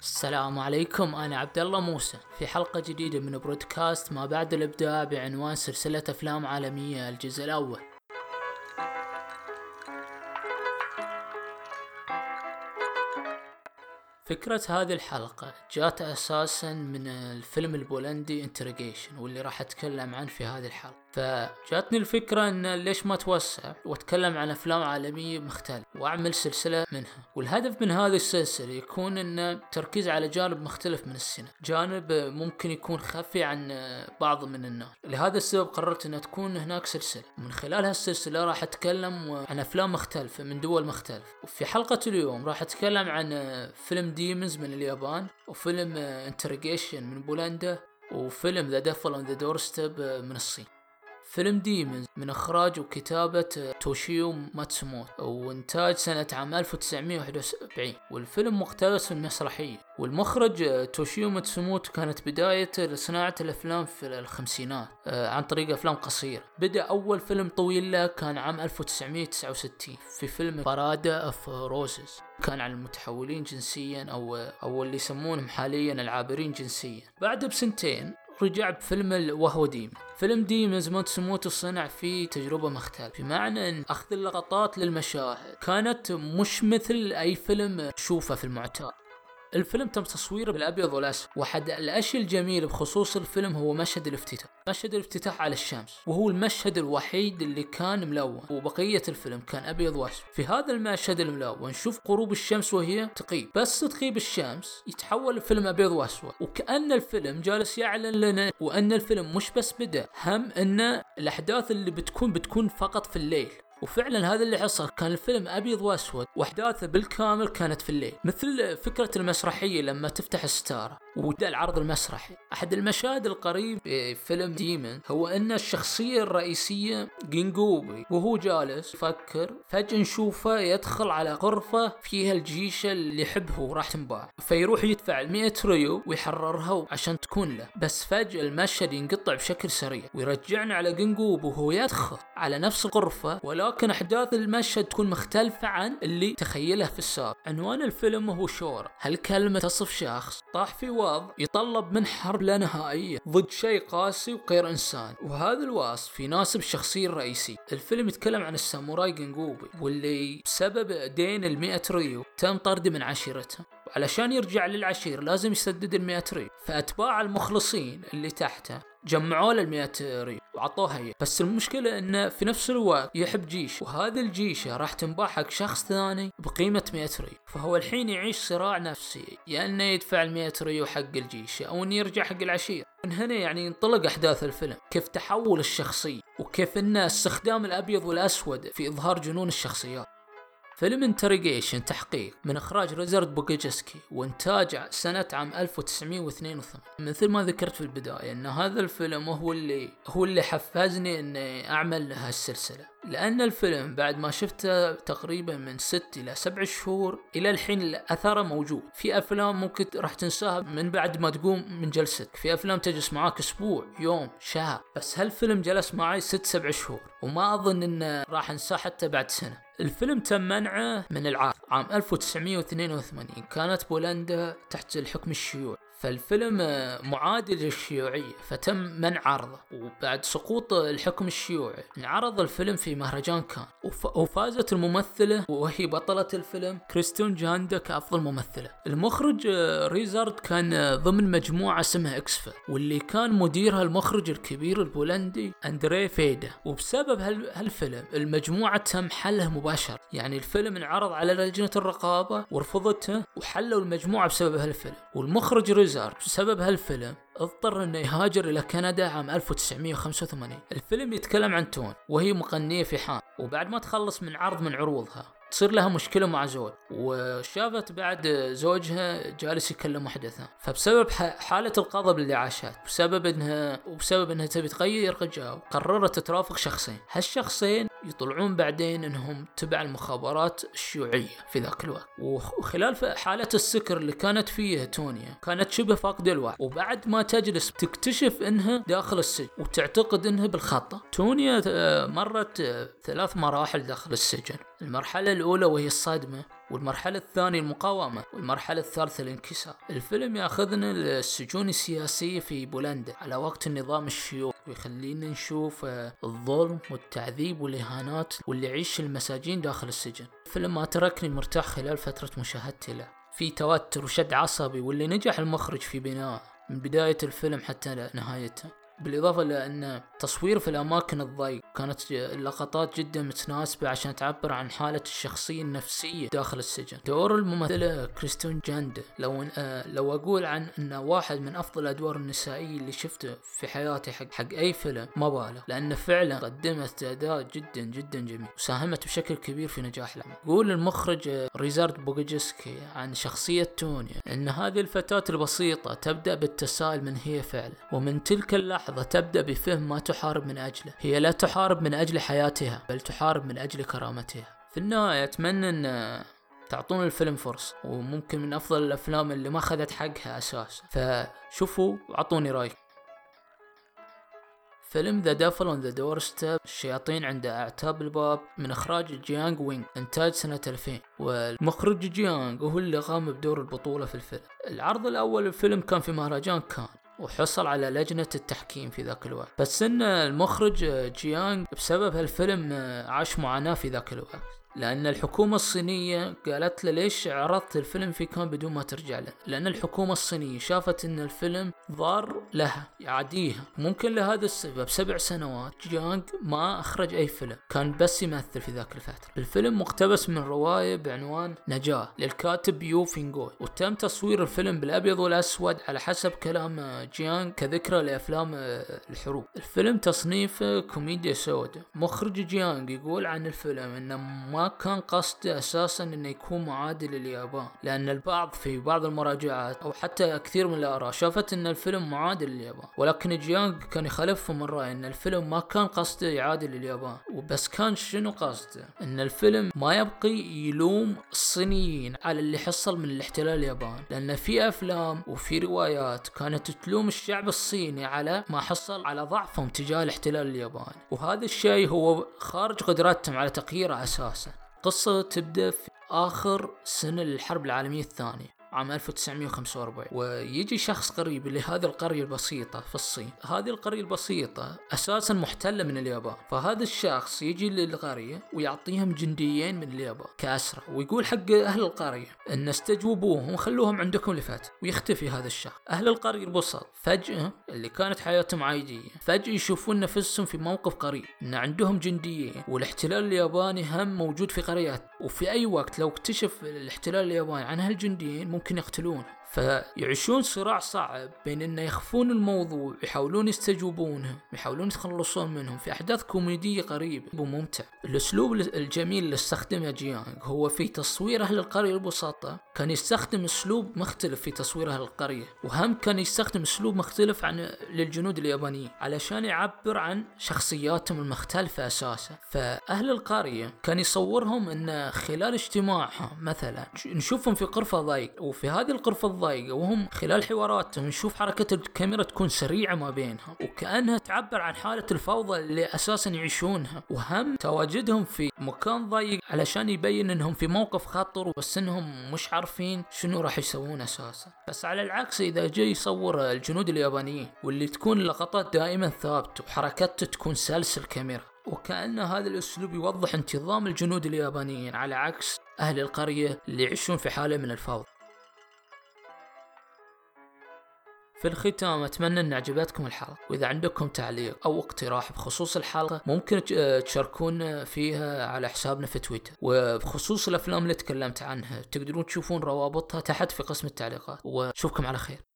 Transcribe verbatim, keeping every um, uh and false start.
السلام عليكم، أنا عبد الله موسى في حلقة جديدة من برودكاست ما بعد الإبداع بعنوان سلسلة أفلام عالمية الجزء الأول. فكرة هذه الحلقة جات أساسا من الفيلم البولندي انتريجيشن واللي راح أتكلم عنه في هذه الحلقة. فجاتني الفكرة أن ليش ما توسع وأتكلم عن أفلام عالمية مختلفة وأعمل سلسلة منها، والهدف من هذه السلسلة يكون أن تركيز على جانب مختلف من السينما، جانب ممكن يكون خفي عن بعض من الناس. لهذا السبب قررت أن تكون هناك سلسلة، من خلال هالسلسلة راح أتكلم عن أفلام مختلفة من دول مختلفة. وفي حلقة اليوم راح أتكلم عن فيلم ديمونز من اليابان، وفيلم انتريجيشن من بولندا، وفيلم ذا ديفل اون ذا دورستيب من الصين. فيلم ديمونز من إخراج وكتابة توشيو ماتسوموتو وإنتاج سنة عام ألف وتسعمائة وواحد وسبعين، والفيلم مقتبس من مسرحية. والمخرج توشيو ماتسوموتو كانت بداية لصناعة الأفلام في الخمسينات عن طريق أفلام قصيرة. بدأ أول فيلم طويل له كان عام ألف وتسعمائة وتسعة وستين في فيلم بارادة أوف روزز، كان عن المتحولين جنسيا أو أو اللي يسمونهم حاليا العابرين جنسيا. بعد بسنتين رجع بفيلم وهو ديمون. فيلم ديمونز ماتسوموتو صنع فيه تجربة مختلفة، بمعنى أن أخذ اللقطات للمشاهد كانت مش مثل أي فيلم تشوفه في المعتاد. الفيلم تم تصويره بالأبيض والأسود، واحد الأشياء الجميلة بخصوص الفيلم هو مشهد الافتتاح مشهد الافتتاح على الشمس، وهو المشهد الوحيد اللي كان ملون، وبقية الفيلم كان أبيض وأسود. في هذا المشهد الملون نشوف غروب الشمس وهي تغيب، بس تغيب الشمس يتحول الفيلم أبيض وأسود، وكأن الفيلم جالس يعلن لنا وأن الفيلم مش بس بدأ، هم أن الأحداث اللي بتكون بتكون فقط في الليل. وفعلا هذا اللي حصل، كان الفيلم أبيض وأسود وأحداثه بالكامل كانت في الليل، مثل فكرة المسرحية لما تفتح الستارة ويبدأ العرض المسرحي. أحد المشاهد القريب في فيلم ديمون هو أن الشخصية الرئيسية جينغوبي وهو جالس يفكر فجأة نشوفه يدخل على غرفة فيها الجيشة اللي يحبه وراح تنباع، فيروح يدفع المئة ريو ويحررها عشان تكون له. بس فجأة المشهد ينقطع بشكل سريع ويرجعنا على جينغوبي وهو يدخل على نفس الغرفة، ولكن أحداث المشهد تكون مختلفة عن اللي تخيله في السابق. عنوان الفيلم هو شورى، هالكلمة تصف شخص طاح في وضع يطلب من حرب لا نهائية ضد شيء قاسي وغير إنسان، وهذا الوصف يناسب الشخصية الرئيسية. الفيلم يتكلم عن الساموراي جينغوبي واللي بسبب دين المئة ريو تم طرده من عشيرته، وعلشان يرجع للعشير لازم يسدد المئة ريو. فأتباع المخلصين اللي تحته جمعوا له المئة ريال وعطوها هي، بس المشكلة انه في نفس الوقت يحب جيش، وهذه الجيشة راح تنباع حق شخص ثاني بقيمة مئة ريال. فهو الحين يعيش صراع نفسي، يا انه يدفع المئة ريال حق الجيشة او انه يرجع حق العشير. من هنا يعني ينطلق احداث الفيلم، كيف تحول الشخصية وكيف ان استخدام الابيض والاسود في اظهار جنون الشخصيات. فيلم انتريجيشن تحقيق من إخراج ريزارد بوغيجسكي وإنتاج سنة عام ألف وتسعمائة واثنين وثمانين. مثل ما ذكرت في البداية أن هذا الفيلم هو اللي هو اللي حفزني أني أعمل هالسلسلة، لأن الفيلم بعد ما شفته تقريبا من ست إلى سبع شهور إلى الحين الأثر موجود. في أفلام ممكن راح تنساها من بعد ما تقوم من جلستك، في أفلام تجلس معاك أسبوع، يوم، شهر، بس هالفيلم جلس معي ست سبع شهور، وما أظن أنه راح أنساه حتى بعد سنة. الفيلم تم منعه من العرض عام ألف وتسعمائة واثنين وثمانين، كانت بولندا تحت الحكم الشيوعي، فالفيلم معادي للشيوعية فتم منع عرضه. وبعد سقوط الحكم الشيوعي انعرض الفيلم في مهرجان كان، وف... وفازت الممثلة وهي بطلة الفيلم كريستون جاندا كأفضل ممثلة. المخرج ريزارد كان ضمن مجموعة اسمها إكسفا، واللي كان مديرها المخرج الكبير البولندي أندري فيدا. وبسبب هال... هالفيلم المجموعة تم حلها مباشر، يعني الفيلم انعرض على لجنة الرقابة ورفضته وحلوا المجموعة بسبب هالفيلم. والمخرج ريزارد بسبب هالفيلم اضطر انه يهاجر الى كندا عام ألف وتسعمائة وخمسة وثمانين. الفيلم يتكلم عن تون وهي مغنية في حان، وبعد ما تخلص من عرض من عروضها تصير لها مشكلة مع زوج، وشافت بعد زوجها جالس يكلم واحدة ثانية، فبسبب حالة الغضب اللي عاشت بسبب انها وبسبب انها تبي تغير رجال قررت ترافق شخصين. هالشخصين يطلعون بعدين انهم تبع المخابرات الشيوعية في ذاك الوقت. وخلال حالة السكر اللي كانت فيها تونيا كانت شبه فاقدة الوعي، وبعد ما تجلس تكتشف انها داخل السجن وتعتقد انها بالخطأ. تونيا مرت ثلاث مراحل داخل السجن. المرحلة الأولى وهي الصدمة، والمرحلة الثانية المقاومة، والمرحلة الثالثة الانكسار. الفيلم ياخذنا للسجون السياسية في بولندا على وقت النظام الشيوعي، ويخلينا نشوف الظلم والتعذيب والإهانات واللي يعيش المساجين داخل السجن. الفيلم ما تركني مرتاح خلال فترة مشاهدتي له، في توتر وشد عصبي، واللي نجح المخرج في بناء من بداية الفيلم حتى نهايته. بالإضافة لأن تصوير في الأماكن الضيقة كانت اللقطات جدا متناسبة عشان تعبر عن حالة الشخصية النفسية داخل السجن. دور الممثلة كريستين جاند لو آه لو أقول عن أنه واحد من أفضل الأدوار النسائية اللي شفته في حياتي حق, حق أي فيلم، ما بالغ، لأن فعلا قدمت أداء جدا جدا جميل وساهمت بشكل كبير في نجاح العمل. يقول المخرج ريزارد بوغجسكي عن شخصية تونيا أن هذه الفتاة البسيطة تبدأ بالتساؤل من هي فعلا، ومن تلك اللحظة تبدأ بفهم ما تحارب من أجله. هي لا تحارب من أجل حياتها، بل تحارب من أجل كرامتها. في النهاية أتمنى أن تعطون الفيلم فرصة، وممكن من أفضل الأفلام اللي ما أخذت حقها أساسا، فشوفوا وعطوني رأيكم. فيلم The Devil on the Doorstep، الشياطين عند أعتاب الباب، من إخراج جيانغ وينغ، إنتاج سنة ألفين، والمخرج جيانغ وهو اللي قام بدور البطولة في الفيلم. العرض الأول للفيلم كان في مهرجان كان، وحصل على لجنة التحكيم في ذاك الوقت، بس إن المخرج جيانغ بسبب هالفيلم عاش معاناة في ذاك الوقت، لأن الحكومة الصينية قالت له ليش عرضت الفيلم في كان بدون ما ترجع له، لأن الحكومة الصينية شافت إن الفيلم ضار لها يعاديها. ممكن لهذا السبب سبع سنوات جيانغ ما أخرج أي فيلم، كان بس يمثل في ذاك الفترة. الفيلم مقتبس من رواية بعنوان نجاة للكاتب يو فينغوي، وتم تصوير الفيلم بالأبيض والأسود على حسب كلام جيانغ كذكرى لأفلام الحروب. الفيلم تصنيف كوميديا سوداء. مخرج جيانغ يقول عن الفيلم إنه ما كان قصده أساسا إنه يكون معادل لليابان، لأن البعض في بعض المراجعات أو حتى كثير من الآراء شافت إن الفيلم معادل لليابان، ولكن جيانغ كان يخالفهم من رأي إن الفيلم ما كان قصده يعادل لليابان، وبس كان شنو قصده؟ إن الفيلم ما يبقي يلوم الصينيين على اللي حصل من الاحتلال الياباني، لأن في أفلام وفي روايات كانت تلوم الشعب الصيني على ما حصل، على ضعفهم تجاه الاحتلال الياباني، وهذا الشيء هو خارج قدرتهم على تغييره أساسا. قصة تبدأ في آخر سنة للحرب العالمية الثانية عام ألف وتسعمائة وخمسة وأربعين، ويجي شخص قريب لهذه القرية البسيطة في الصين. هذه القرية البسيطة أساسا محتلة من اليابان، فهذا الشخص يجي للقرية ويعطيهم جنديين من اليابان كأسرى، ويقول حق أهل القرية أن استجوبوهم وخلوهم عندكم لفترة، ويختفي هذا الشخص. أهل القرية البسط فجأة اللي كانت حياتهم عادية فجأة يشوفون نفسهم في موقف قريب، أن عندهم جنديين والاحتلال الياباني هم موجود في قريات، وفي أي وقت لو اكتشف الاحتلال الياباني عن هالجنديين ممكن يقتلون. فيعيشون صراع صعب بين انه يخفون الموضوع، يحاولون يستجوبونه، يحاولون يتخلصون منهم، في احداث كوميدية قريبة وممتع. الاسلوب الجميل اللي استخدمه جيانغ هو في تصوير اهل القرية البساطة، كان يستخدم اسلوب مختلف في تصوير اهل القرية، وهم كان يستخدم اسلوب مختلف عن للجنود اليابانيين علشان يعبر عن شخصياتهم المختلفة اساسا. فاهل القرية كان يصورهم ان خلال اجتماعهم مثلا نشوفهم في غرفة ضيقة، وفي هذه الغرفة الضيقة وهم خلال حواراتهم نشوف حركة الكاميرا تكون سريعة ما بينهم، وكأنها تعبر عن حالة الفوضى اللي أساسا يعيشونها، وهم تواجدهم في مكان ضيق علشان يبين انهم في موقف خطر، بس انهم مش عارفين شنو راح يسوون أساسا. بس على العكس إذا جاي يصور الجنود اليابانيين واللي تكون اللقطات دائما ثابتة وحركته تكون سلس الكاميرا، وكأن هذا الأسلوب يوضح انتظام الجنود اليابانيين على عكس أهل القرية اللي يعيشون في حالة من الفوضى. في الختام أتمنى أن عجبتكم الحلقة، وإذا عندكم تعليق أو اقتراح بخصوص الحلقة ممكن تشاركون فيها على حسابنا في تويتر، وبخصوص الأفلام اللي تكلمت عنها تقدرون تشوفون روابطها تحت في قسم التعليقات، وشوفكم على خير.